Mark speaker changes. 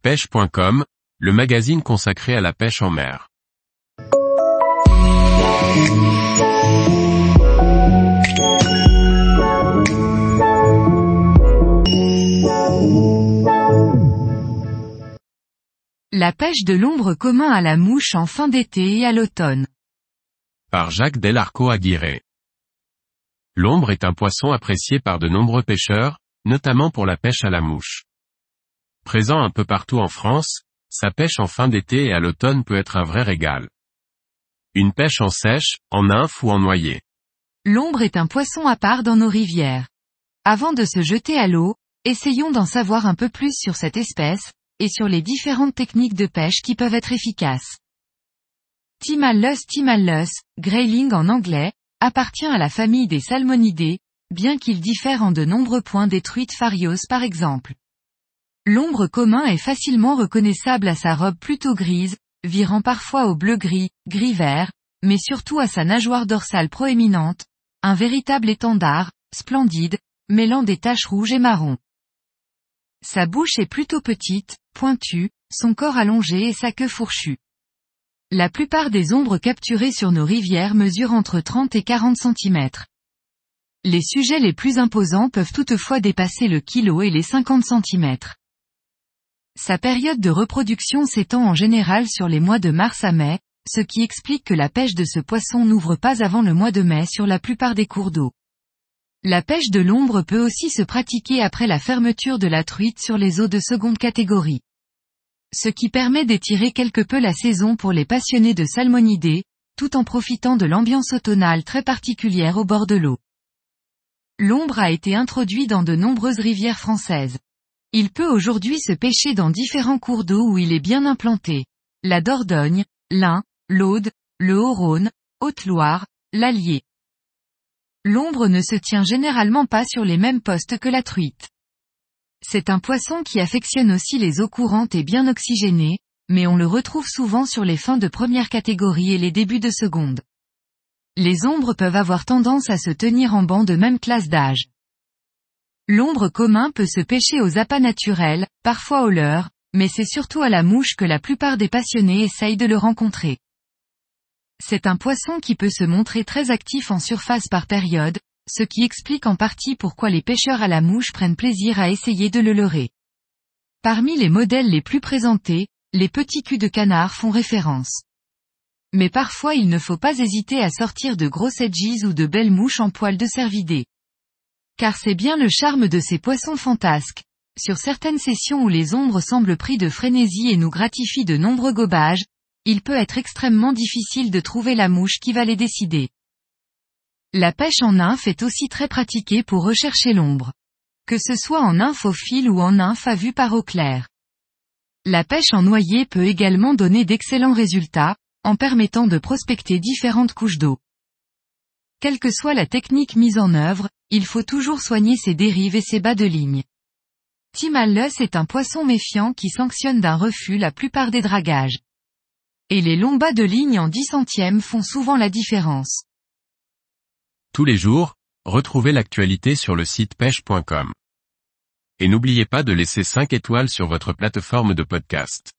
Speaker 1: pêche.com, le magazine consacré à la pêche en mer.
Speaker 2: La pêche de l'ombre commun à la mouche en fin d'été et à l'automne.
Speaker 1: Par Jacques Delarco-Aguirre. L'ombre est un poisson apprécié par de nombreux pêcheurs, notamment pour la pêche à la mouche. Présent un peu partout en France, sa pêche en fin d'été et à l'automne peut être un vrai régal. Une pêche en sèche, en nymphe ou en noyé.
Speaker 2: L'ombre est un poisson à part dans nos rivières. Avant de se jeter à l'eau, essayons d'en savoir un peu plus sur cette espèce, et sur les différentes techniques de pêche qui peuvent être efficaces. Timallus, grayling en anglais, appartient à la famille des salmonidés, bien qu'il diffère en de nombreux points des truites pharios par exemple. L'ombre commun est facilement reconnaissable à sa robe plutôt grise, virant parfois au bleu-gris, gris-vert, mais surtout à sa nageoire dorsale proéminente, un véritable étendard, splendide, mêlant des taches rouges et marron. Sa bouche est plutôt petite, pointue, son corps allongé et sa queue fourchue. La plupart des ombres capturées sur nos rivières mesurent entre 30 et 40 cm. Les sujets les plus imposants peuvent toutefois dépasser le kilo et les 50 cm. Sa période de reproduction s'étend en général sur les mois de mars à mai, ce qui explique que la pêche de ce poisson n'ouvre pas avant le mois de mai sur la plupart des cours d'eau. La pêche de l'ombre peut aussi se pratiquer après la fermeture de la truite sur les eaux de seconde catégorie. Ce qui permet d'étirer quelque peu la saison pour les passionnés de salmonidés, tout en profitant de l'ambiance automnale très particulière au bord de l'eau. L'ombre a été introduit dans de nombreuses rivières françaises. Il peut aujourd'hui se pêcher dans différents cours d'eau où il est bien implanté. La Dordogne, l'Ain, l'Aude, le Haut-Rhône, Haute-Loire, l'Allier. L'ombre ne se tient généralement pas sur les mêmes postes que la truite. C'est un poisson qui affectionne aussi les eaux courantes et bien oxygénées, mais on le retrouve souvent sur les fins de première catégorie et les débuts de seconde. Les ombres peuvent avoir tendance à se tenir en banc de même classe d'âge. L'ombre commun peut se pêcher aux appâts naturels, parfois au leurre, mais c'est surtout à la mouche que la plupart des passionnés essayent de le rencontrer. C'est un poisson qui peut se montrer très actif en surface par période, ce qui explique en partie pourquoi les pêcheurs à la mouche prennent plaisir à essayer de le leurrer. Parmi les modèles les plus présentés, les petits culs de canard font référence. Mais parfois il ne faut pas hésiter à sortir de grosses edgies ou de belles mouches en poil de cervidés. Car c'est bien le charme de ces poissons fantasques. Sur certaines sessions où les ombres semblent pris de frénésie et nous gratifient de nombreux gobages, il peut être extrêmement difficile de trouver la mouche qui va les décider. La pêche en nymphe est aussi très pratiquée pour rechercher l'ombre. Que ce soit en nymphe au fil ou en nymphe à vue par eau claire. La pêche en noyé peut également donner d'excellents résultats, en permettant de prospecter différentes couches d'eau. Quelle que soit la technique mise en œuvre, il faut toujours soigner ses dérives et ses bas de ligne. Timallus est un poisson méfiant qui sanctionne d'un refus la plupart des dragages. Et les longs bas de ligne en 10 centièmes font souvent la différence.
Speaker 1: Tous les jours, retrouvez l'actualité sur le site pêche.com. Et n'oubliez pas de laisser 5 étoiles sur votre plateforme de podcast.